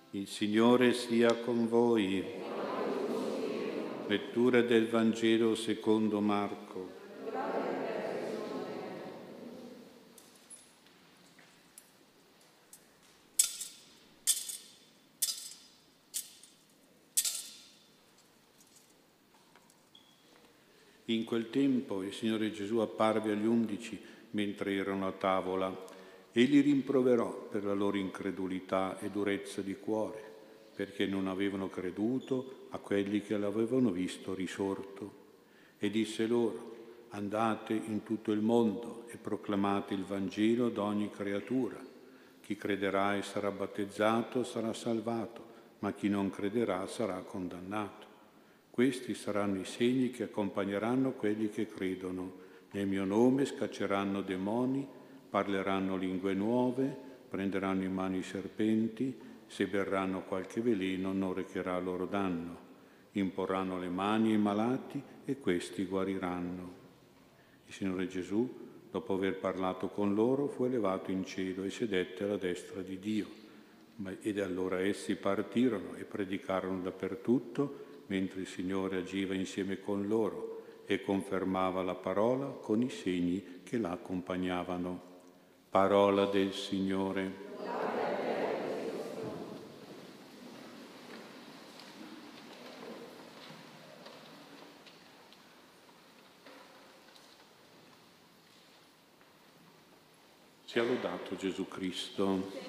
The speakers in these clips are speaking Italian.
Il Signore sia con voi. Lettura del Vangelo secondo Marco. In quel tempo il Signore Gesù apparve agli 11 mentre erano a tavola e li rimproverò per la loro incredulità e durezza di cuore, perché non avevano creduto a quelli che l'avevano visto risorto. E disse loro: andate in tutto il mondo e proclamate il Vangelo ad ogni creatura. Chi crederà e sarà battezzato sarà salvato, ma chi non crederà sarà condannato. Questi saranno i segni che accompagneranno quelli che credono. Nel mio nome scacceranno demoni, parleranno lingue nuove, prenderanno in mano i serpenti, se berranno qualche veleno non recherà loro danno. Imporranno le mani ai malati e questi guariranno. Il Signore Gesù, dopo aver parlato con loro, fu elevato in cielo e sedette alla destra di Dio. Ed allora essi partirono e predicarono dappertutto, mentre il Signore agiva insieme con loro e confermava la parola con i segni che la accompagnavano. Parola del Signore. Sia lodato Gesù Cristo.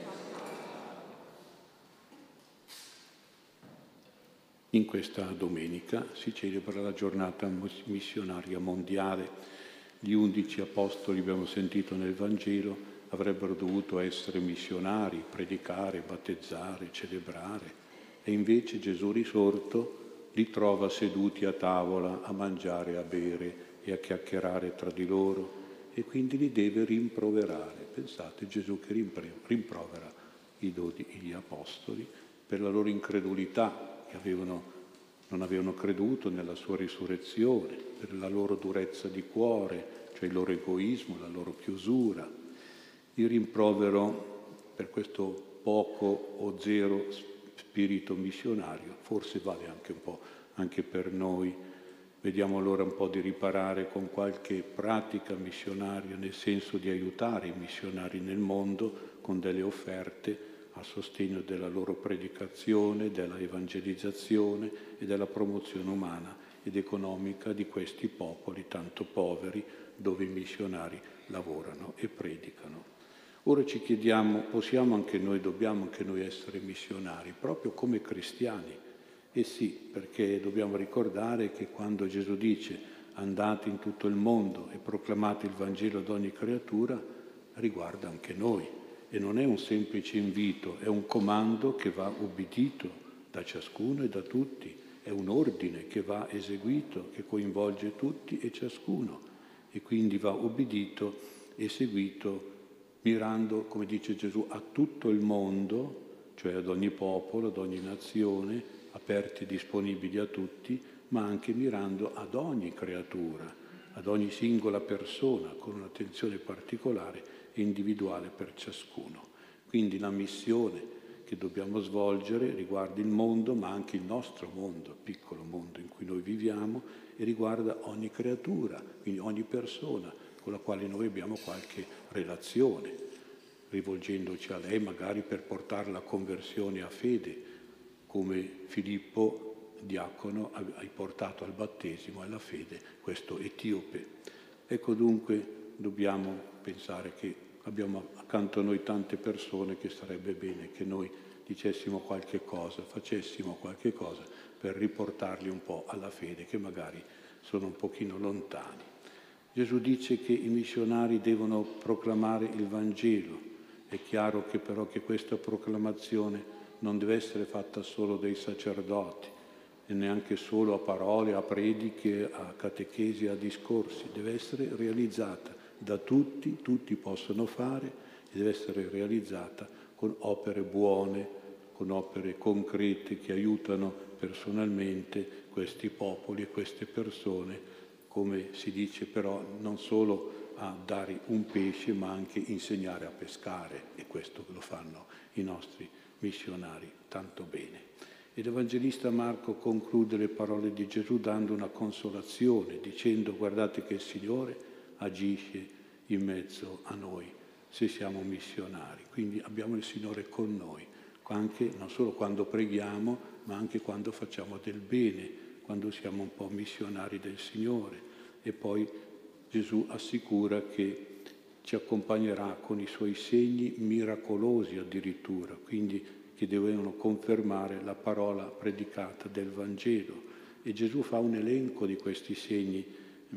In questa domenica si celebra la giornata missionaria mondiale. Gli 11 apostoli, abbiamo sentito nel Vangelo, avrebbero dovuto essere missionari, predicare, battezzare, celebrare, e invece Gesù risorto li trova seduti a tavola a mangiare, a bere e a chiacchierare tra di loro, e quindi li deve rimproverare. Pensate, Gesù che rimprovera gli apostoli per la loro incredulità, che non avevano creduto nella sua risurrezione, per la loro durezza di cuore, cioè il loro egoismo, la loro chiusura. Il rimprovero per questo poco o zero spirito missionario forse vale anche un po' anche per noi. Vediamo allora un po' di riparare con qualche pratica missionaria, nel senso di aiutare i missionari nel mondo con delle offerte a sostegno della loro predicazione, della evangelizzazione e della promozione umana ed economica di questi popoli tanto poveri dove i missionari lavorano e predicano. Ora ci chiediamo, possiamo anche noi, dobbiamo anche noi essere missionari, proprio come cristiani? E sì, perché dobbiamo ricordare che quando Gesù dice andate in tutto il mondo e proclamate il Vangelo ad ogni creatura, riguarda anche noi. E non è un semplice invito, è un comando che va obbedito da ciascuno e da tutti, è un ordine che va eseguito, che coinvolge tutti e ciascuno, e quindi va obbedito e seguito mirando, come dice Gesù, a tutto il mondo, cioè ad ogni popolo, ad ogni nazione, aperti e disponibili a tutti, ma anche mirando ad ogni creatura, ad ogni singola persona, con un'attenzione particolare e individuale per ciascuno. Quindi la missione che dobbiamo svolgere riguarda il mondo, ma anche il nostro mondo, il piccolo mondo in cui noi viviamo, e riguarda ogni creatura, quindi ogni persona con la quale noi abbiamo qualche relazione, rivolgendoci a lei magari per portarla a conversione a fede, come Filippo, diacono, hai portato al battesimo e alla fede questo etiope. Ecco dunque dobbiamo pensare che abbiamo accanto a noi tante persone che sarebbe bene che noi dicessimo qualche cosa, facessimo qualche cosa per riportarli un po' alla fede, che magari sono un pochino lontani. Gesù dice che i missionari devono proclamare il Vangelo. È chiaro che però che questa proclamazione non deve essere fatta solo dai sacerdoti e neanche solo a parole, a prediche, a catechesi, a discorsi. Deve essere realizzata da tutti, tutti possono fare, e deve essere realizzata con opere buone, con opere concrete che aiutano personalmente questi popoli e queste persone, come si dice però non solo a dare un pesce ma anche insegnare a pescare, e questo lo fanno i nostri missionari, tanto bene. E l'Evangelista Marco conclude le parole di Gesù dando una consolazione, dicendo: guardate che il Signore agisce in mezzo a noi se siamo missionari. Quindi abbiamo il Signore con noi, anche, non solo quando preghiamo, ma anche quando facciamo del bene, quando siamo un po' missionari del Signore. E poi Gesù assicura che ci accompagnerà con i suoi segni miracolosi addirittura, quindi che devono confermare la parola predicata del Vangelo. E Gesù fa un elenco di questi segni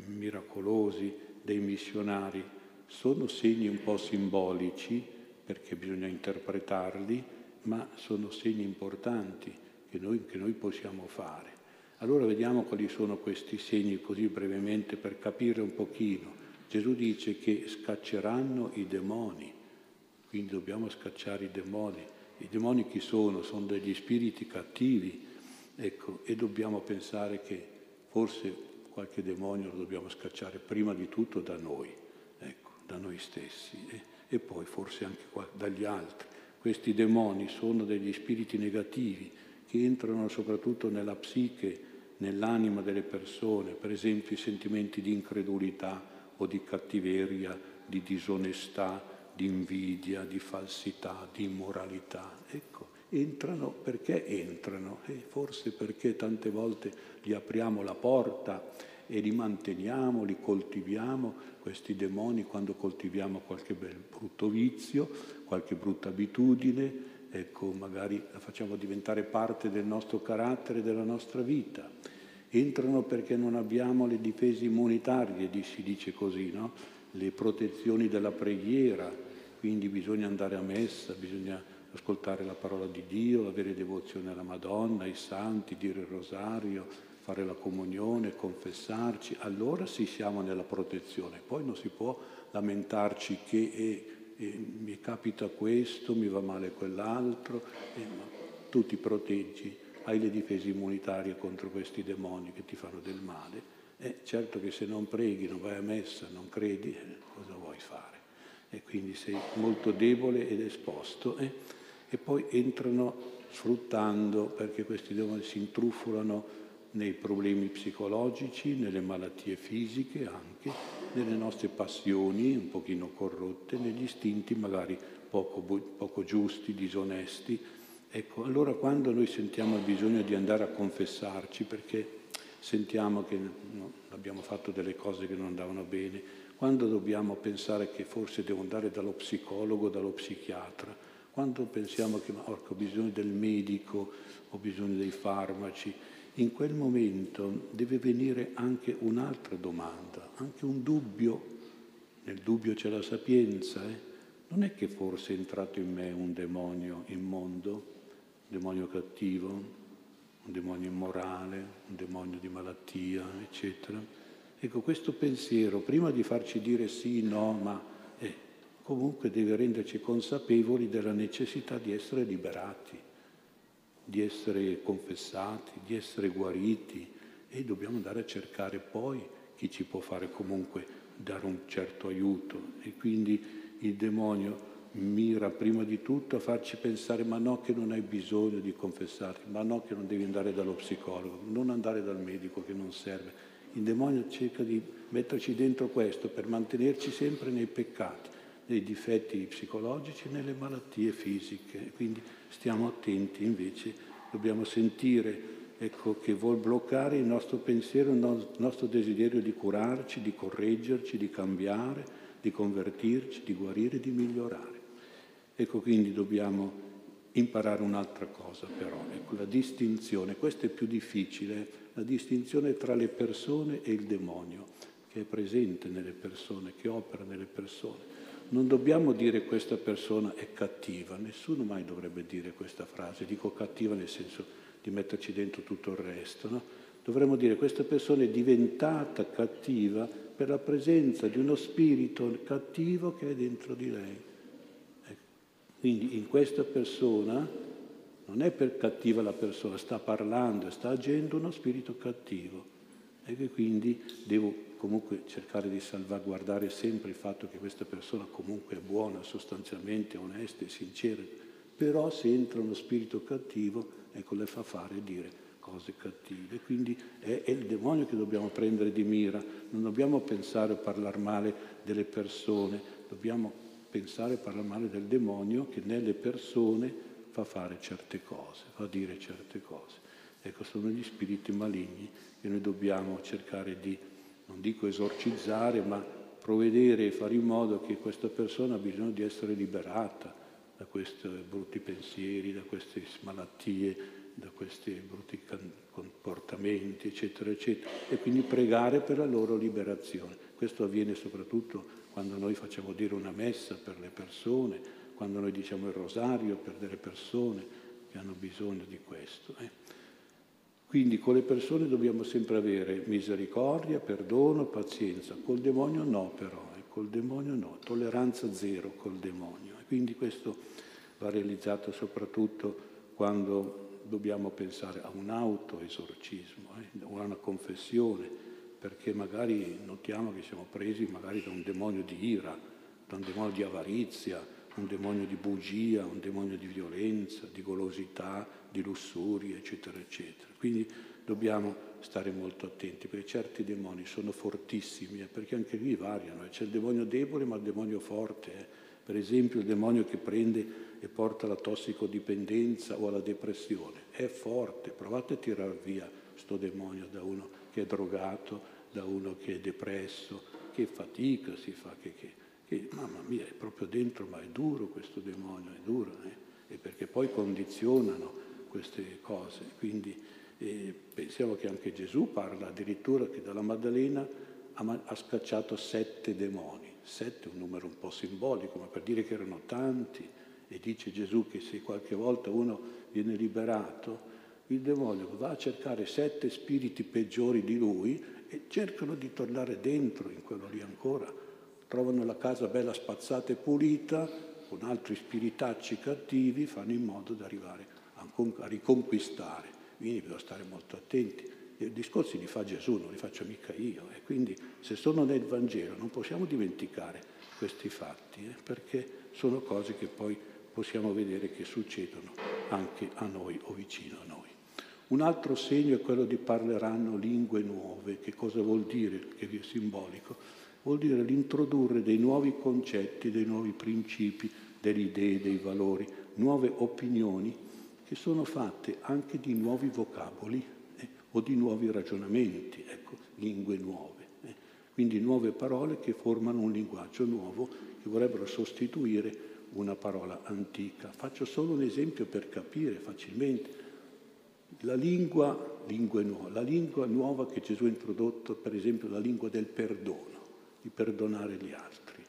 miracolosi dei missionari. Sono segni un po' simbolici, perché bisogna interpretarli, ma sono segni importanti che noi possiamo fare. Allora vediamo quali sono questi segni, così brevemente, per capire un pochino. Gesù dice che scacceranno i demoni, quindi dobbiamo scacciare i demoni. I demoni chi sono? Sono degli spiriti cattivi, ecco, e dobbiamo pensare che forse qualche demonio lo dobbiamo scacciare prima di tutto da noi, ecco, da noi stessi, e poi forse anche dagli altri. Questi demoni sono degli spiriti negativi che entrano soprattutto nella psiche, nell'anima delle persone, per esempio i sentimenti di incredulità o di cattiveria, di disonestà, di invidia, di falsità, di immoralità. Ecco, entrano perché entrano? Forse perché tante volte gli apriamo la porta e li manteniamo, li coltiviamo, questi demoni, quando coltiviamo qualche brutto vizio, qualche brutta abitudine, ecco, magari la facciamo diventare parte del nostro carattere, della nostra vita. Entrano perché non abbiamo le difese immunitarie, si dice così, no? Le protezioni della preghiera, quindi bisogna andare a messa, bisogna ascoltare la parola di Dio, avere devozione alla Madonna, ai santi, dire il rosario, fare la comunione, confessarci, allora sì siamo nella protezione. Poi non si può lamentarci che mi capita questo, mi va male quell'altro, tu ti proteggi, hai le difese immunitarie contro questi demoni che ti fanno del male. Certo che se non preghi, non vai a messa, non credi, cosa vuoi fare? E quindi sei molto debole ed esposto. E poi entrano sfruttando, perché questi demoni si intrufolano nei problemi psicologici, nelle malattie fisiche anche, nelle nostre passioni un pochino corrotte, negli istinti magari poco giusti, disonesti. Ecco, allora quando noi sentiamo il bisogno di andare a confessarci, perché sentiamo che abbiamo fatto delle cose che non andavano bene, quando dobbiamo pensare che forse devo andare dallo psicologo, dallo psichiatra, quando pensiamo che ho bisogno del medico, ho bisogno dei farmaci, in quel momento deve venire anche un'altra domanda, anche un dubbio. Nel dubbio c'è la sapienza. Non è che forse è entrato in me un demonio immondo, un demonio cattivo, un demonio immorale, un demonio di malattia, eccetera. Ecco, questo pensiero, prima di farci dire sì, no, ma comunque deve renderci consapevoli della necessità di essere liberati, di essere confessati, di essere guariti, e dobbiamo andare a cercare poi chi ci può fare comunque dare un certo aiuto. E quindi il demonio mira prima di tutto a farci pensare: ma no, che non hai bisogno di confessarti, ma no, che non devi andare dallo psicologo, non andare dal medico che non serve. Il demonio cerca di metterci dentro questo per mantenerci sempre nei peccati, nei difetti psicologici e nelle malattie fisiche. Quindi stiamo attenti, invece dobbiamo sentire, ecco, che vuol bloccare il nostro pensiero, il nostro desiderio di curarci, di correggerci, di cambiare, di convertirci, di guarire, di migliorare. Ecco, quindi dobbiamo imparare un'altra cosa però, ecco, la distinzione, questa è più difficile, la distinzione tra le persone e il demonio, che è presente nelle persone, che opera nelle persone. Non dobbiamo dire questa persona è cattiva, nessuno mai dovrebbe dire questa frase, dico cattiva nel senso di metterci dentro tutto il resto, no? Dovremmo dire questa persona è diventata cattiva per la presenza di uno spirito cattivo che è dentro di lei. Ecco. Quindi in questa persona, non è per cattiva la persona, sta parlando, sta agendo uno spirito cattivo. E quindi devo comunque cercare di salvaguardare sempre il fatto che questa persona comunque è buona, sostanzialmente onesta e sincera, però se entra uno spirito cattivo, ecco, le fa fare e dire cose cattive. Quindi è il demonio che dobbiamo prendere di mira, non dobbiamo pensare o parlare male delle persone, dobbiamo pensare e parlare male del demonio che nelle persone fa fare certe cose, fa dire certe cose. Ecco, sono gli spiriti maligni che noi dobbiamo cercare di, non dico esorcizzare, ma provvedere e fare in modo che questa persona ha bisogno di essere liberata da questi brutti pensieri, da queste malattie, da questi brutti comportamenti, eccetera, eccetera, e quindi pregare per la loro liberazione. Questo avviene soprattutto quando noi facciamo dire una messa per le persone, quando noi diciamo il rosario per delle persone che hanno bisogno di questo. Quindi con le persone dobbiamo sempre avere misericordia, perdono, pazienza. Col demonio no però, col demonio no, tolleranza zero col demonio. E quindi questo va realizzato soprattutto quando dobbiamo pensare a un autoesorcismo, o a una confessione, perché magari notiamo che siamo presi magari da un demonio di ira, da un demonio di avarizia, un demonio di bugia, un demonio di violenza, di golosità, di lussuria, eccetera, eccetera. Quindi dobbiamo stare molto attenti, perché certi demoni sono fortissimi, perché anche lì variano. C'è il demonio debole, ma il demonio forte. Per esempio il demonio che prende e porta alla tossicodipendenza o alla depressione. È forte, provate a tirar via sto demonio da uno che è drogato, da uno che è depresso, che fatica si fa, che mamma mia, è proprio dentro, ma è duro questo demonio, è duro, e perché poi condizionano queste cose. Quindi pensiamo che anche Gesù parla addirittura che dalla Maddalena ha scacciato 7 demoni. 7 è un numero un po' simbolico, ma per dire che erano tanti, e dice Gesù che se qualche volta uno viene liberato, il demonio va a cercare 7 spiriti peggiori di lui e cercano di tornare dentro in quello lì ancora. Trovano la casa bella spazzata e pulita, con altri spiritacci cattivi, fanno in modo di arrivare a riconquistare. Quindi bisogna stare molto attenti. I discorsi li fa Gesù, non li faccio mica io. E quindi se sono nel Vangelo non possiamo dimenticare questi fatti, perché sono cose che poi possiamo vedere che succedono anche a noi o vicino a noi. Un altro segno è quello di parleranno lingue nuove. Che cosa vuol dire? Che è simbolico. Vuol dire l'introdurre dei nuovi concetti, dei nuovi principi, delle idee, dei valori, nuove opinioni che sono fatte anche di nuovi vocaboli o di nuovi ragionamenti, ecco, lingue nuove. Quindi nuove parole che formano un linguaggio nuovo che vorrebbero sostituire una parola antica. Faccio solo un esempio per capire facilmente. La lingua nuova che Gesù ha introdotto, per esempio la lingua del perdono, di perdonare gli altri.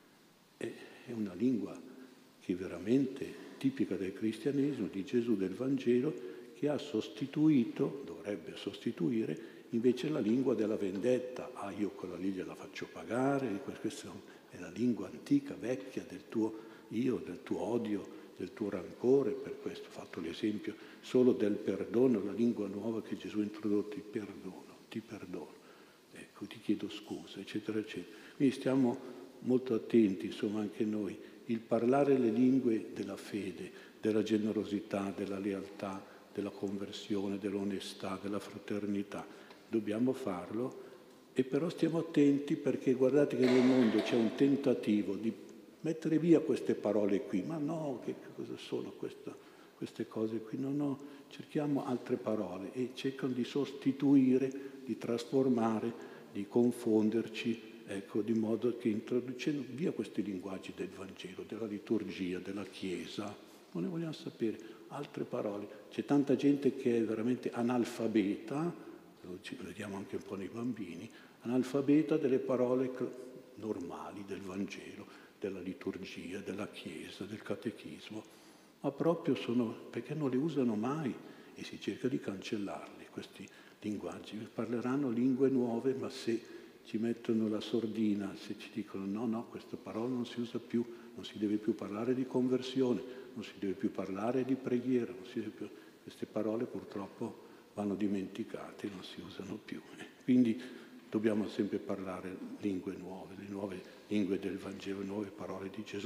È una lingua che è veramente tipica del cristianesimo, di Gesù, del Vangelo, che ha sostituito, dovrebbe sostituire, invece la lingua della vendetta. Io quella lì gliela faccio pagare, questa è la lingua antica, vecchia del tuo io, del tuo odio, del tuo rancore. Per questo ho fatto l'esempio solo del perdono, la lingua nuova che Gesù ha introdotto, il perdono, ti perdono, ecco, ti chiedo scusa, eccetera, eccetera. Quindi stiamo molto attenti, insomma, anche noi, il parlare le lingue della fede, della generosità, della lealtà, della conversione, dell'onestà, della fraternità. Dobbiamo farlo, e però stiamo attenti, perché guardate che nel mondo c'è un tentativo di mettere via queste parole qui. Ma no, che cosa sono queste cose qui? No, cerchiamo altre parole, e cercano di sostituire, di trasformare, di confonderci, ecco, di modo che introducendo via questi linguaggi del Vangelo, della liturgia, della Chiesa, non ne vogliamo sapere, altre parole. C'è tanta gente che è veramente analfabeta, lo vediamo anche un po' nei bambini, analfabeta delle parole normali del Vangelo, della liturgia, della Chiesa, del catechismo, ma proprio perché non le usano mai, e si cerca di cancellarli questi linguaggi. Parleranno lingue nuove, ma se ci mettono la sordina, se ci dicono no, questa parola non si usa più, non si deve più parlare di conversione, non si deve più parlare di preghiera, queste parole purtroppo vanno dimenticate, non si usano più. Quindi dobbiamo sempre parlare lingue nuove, le nuove lingue del Vangelo, le nuove parole di Gesù.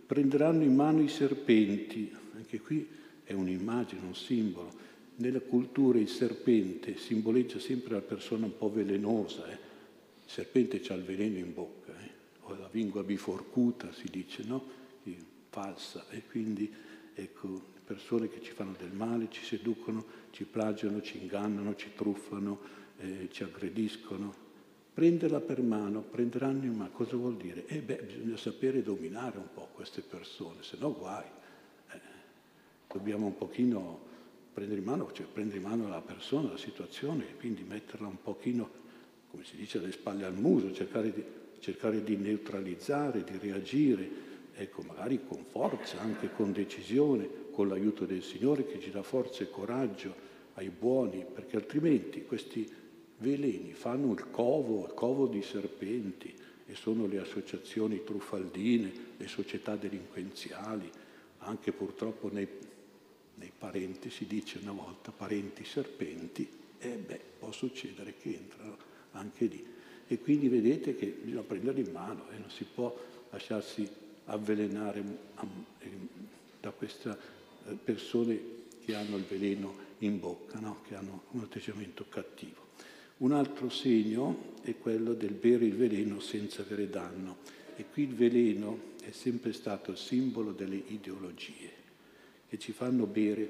Prenderanno in mano i serpenti, anche qui è un'immagine, un simbolo. Nella cultura il serpente simboleggia sempre la persona un po' velenosa. Il serpente ha il veleno in bocca, o la lingua biforcuta si dice, no? Falsa. E quindi, ecco, persone che ci fanno del male, ci seducono, ci plagiano, ci ingannano, ci truffano, ci aggrediscono. Prenderla per mano, prenderanno in mano, cosa vuol dire? Bisogna sapere dominare un po' queste persone, se no guai. Dobbiamo un pochino prendere in mano, cioè prendere in mano la persona, la situazione, e quindi metterla un pochino, come si dice, alle spalle al muso, cercare di neutralizzare, di reagire, ecco, magari con forza, anche con decisione, con l'aiuto del Signore che ci dà forza e coraggio ai buoni, perché altrimenti questi veleni fanno il covo di serpenti, e sono le associazioni truffaldine, le società delinquenziali, anche purtroppo nei parenti, si dice una volta, parenti serpenti, può succedere che entrano anche lì. E quindi vedete che bisogna prenderli in mano e non si può lasciarsi avvelenare da queste persone che hanno il veleno in bocca, no? Che hanno un atteggiamento cattivo. Un altro segno è quello del bere il veleno senza avere danno. E qui il veleno è sempre stato il simbolo delle ideologie, che ci fanno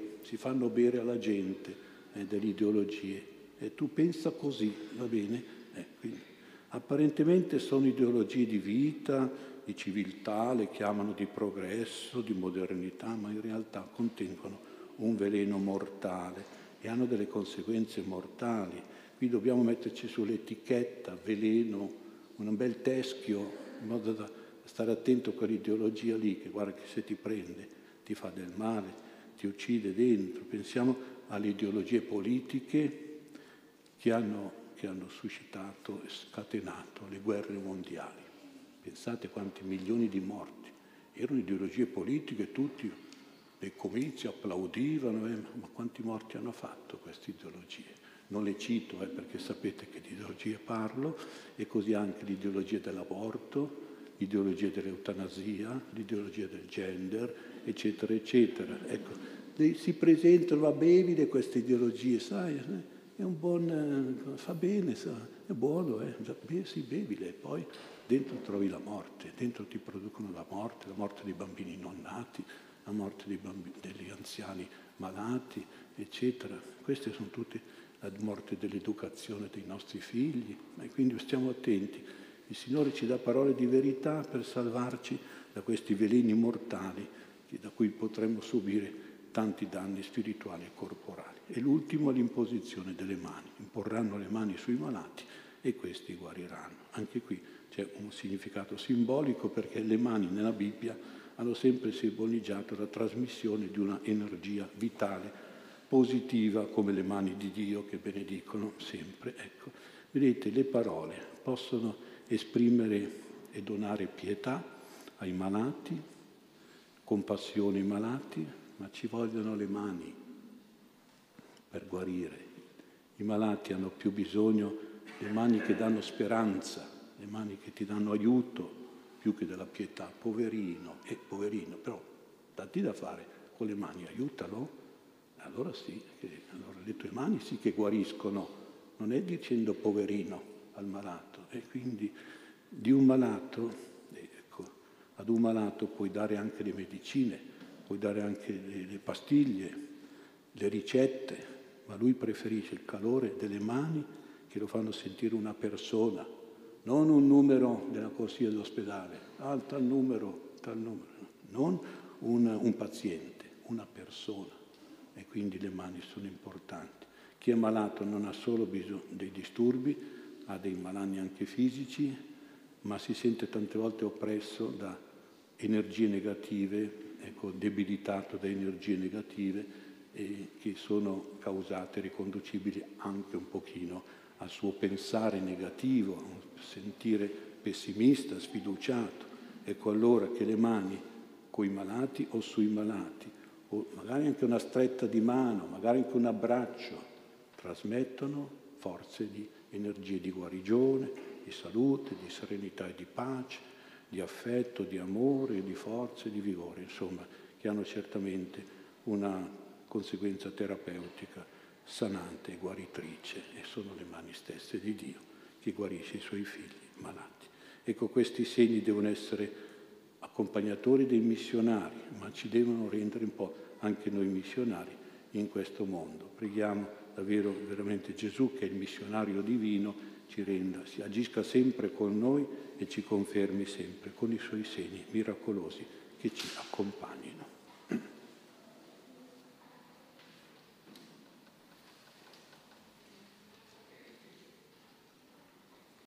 bere alla gente delle ideologie. E tu pensa così, va bene? Quindi, apparentemente sono ideologie di vita, di civiltà, le chiamano di progresso, di modernità, ma in realtà contengono un veleno mortale e hanno delle conseguenze mortali. Qui dobbiamo metterci sull'etichetta veleno, un bel teschio, in modo da stare attento a quell'ideologia lì, che guarda che se ti prende ti fa del male, ti uccide dentro. Pensiamo alle ideologie politiche che hanno suscitato e scatenato le guerre mondiali. Pensate quanti milioni di morti. Erano ideologie politiche, tutti nei comizi applaudivano, ma quanti morti hanno fatto queste ideologie? Non le cito perché sapete che di ideologie parlo, e così anche l'ideologia dell'aborto, l'ideologia dell'eutanasia, l'ideologia del gender, eccetera, eccetera. Ecco, si presentano, va bene queste ideologie, sai, è un buon, fa bene, è buono, sì, bevile, e poi dentro trovi la morte, dentro ti producono la morte dei bambini non nati, la morte degli anziani malati, eccetera. Queste sono tutte la morte dell'educazione dei nostri figli, e quindi stiamo attenti. Il Signore ci dà parole di verità per salvarci da questi veleni mortali da cui potremmo subire tanti danni spirituali e corporali. E l'ultimo è l'imposizione delle mani. Imporranno le mani sui malati e questi guariranno. Anche qui c'è un significato simbolico, perché le mani nella Bibbia hanno sempre simboleggiato la trasmissione di una energia vitale, positiva, come le mani di Dio che benedicono sempre. Ecco, vedete, le parole possono esprimere e donare pietà ai malati, compassione ai malati, ma ci vogliono le mani per guarire. I malati hanno più bisogno delle mani che danno speranza, le mani che ti danno aiuto, più che della pietà. Poverino, però datti da fare con le mani, aiutalo. Allora sì, allora le tue mani sì che guariscono, non è dicendo poverino al malato. E quindi di un malato, ad un malato puoi dare anche le medicine, puoi dare anche le pastiglie, le ricette, ma lui preferisce il calore delle mani che lo fanno sentire una persona, non un numero della corsia dell'ospedale, tal numero, non un paziente, una persona. E quindi le mani sono importanti. Chi è malato non ha solo bisogno dei disturbi, ha dei malanni anche fisici, ma si sente tante volte oppresso da energie negative, debilitato da energie negative che sono causate, riconducibili anche un pochino al suo pensare negativo, a un sentire pessimista, sfiduciato. Ecco allora che le mani coi malati o sui malati, o magari anche una stretta di mano, magari anche un abbraccio, trasmettono forze di energie di guarigione, di salute, di serenità e di pace, di affetto, di amore, di forza e di vigore, insomma, che hanno certamente una conseguenza terapeutica sanante e guaritrice, e sono le mani stesse di Dio che guarisce i suoi figli malati. Ecco, questi segni devono essere accompagnatori dei missionari, ma ci devono rendere un po' anche noi missionari in questo mondo. Preghiamo davvero veramente Gesù, che è il missionario divino, ci renda, si agisca sempre con noi e ci confermi sempre con i suoi segni miracolosi che ci accompagnino.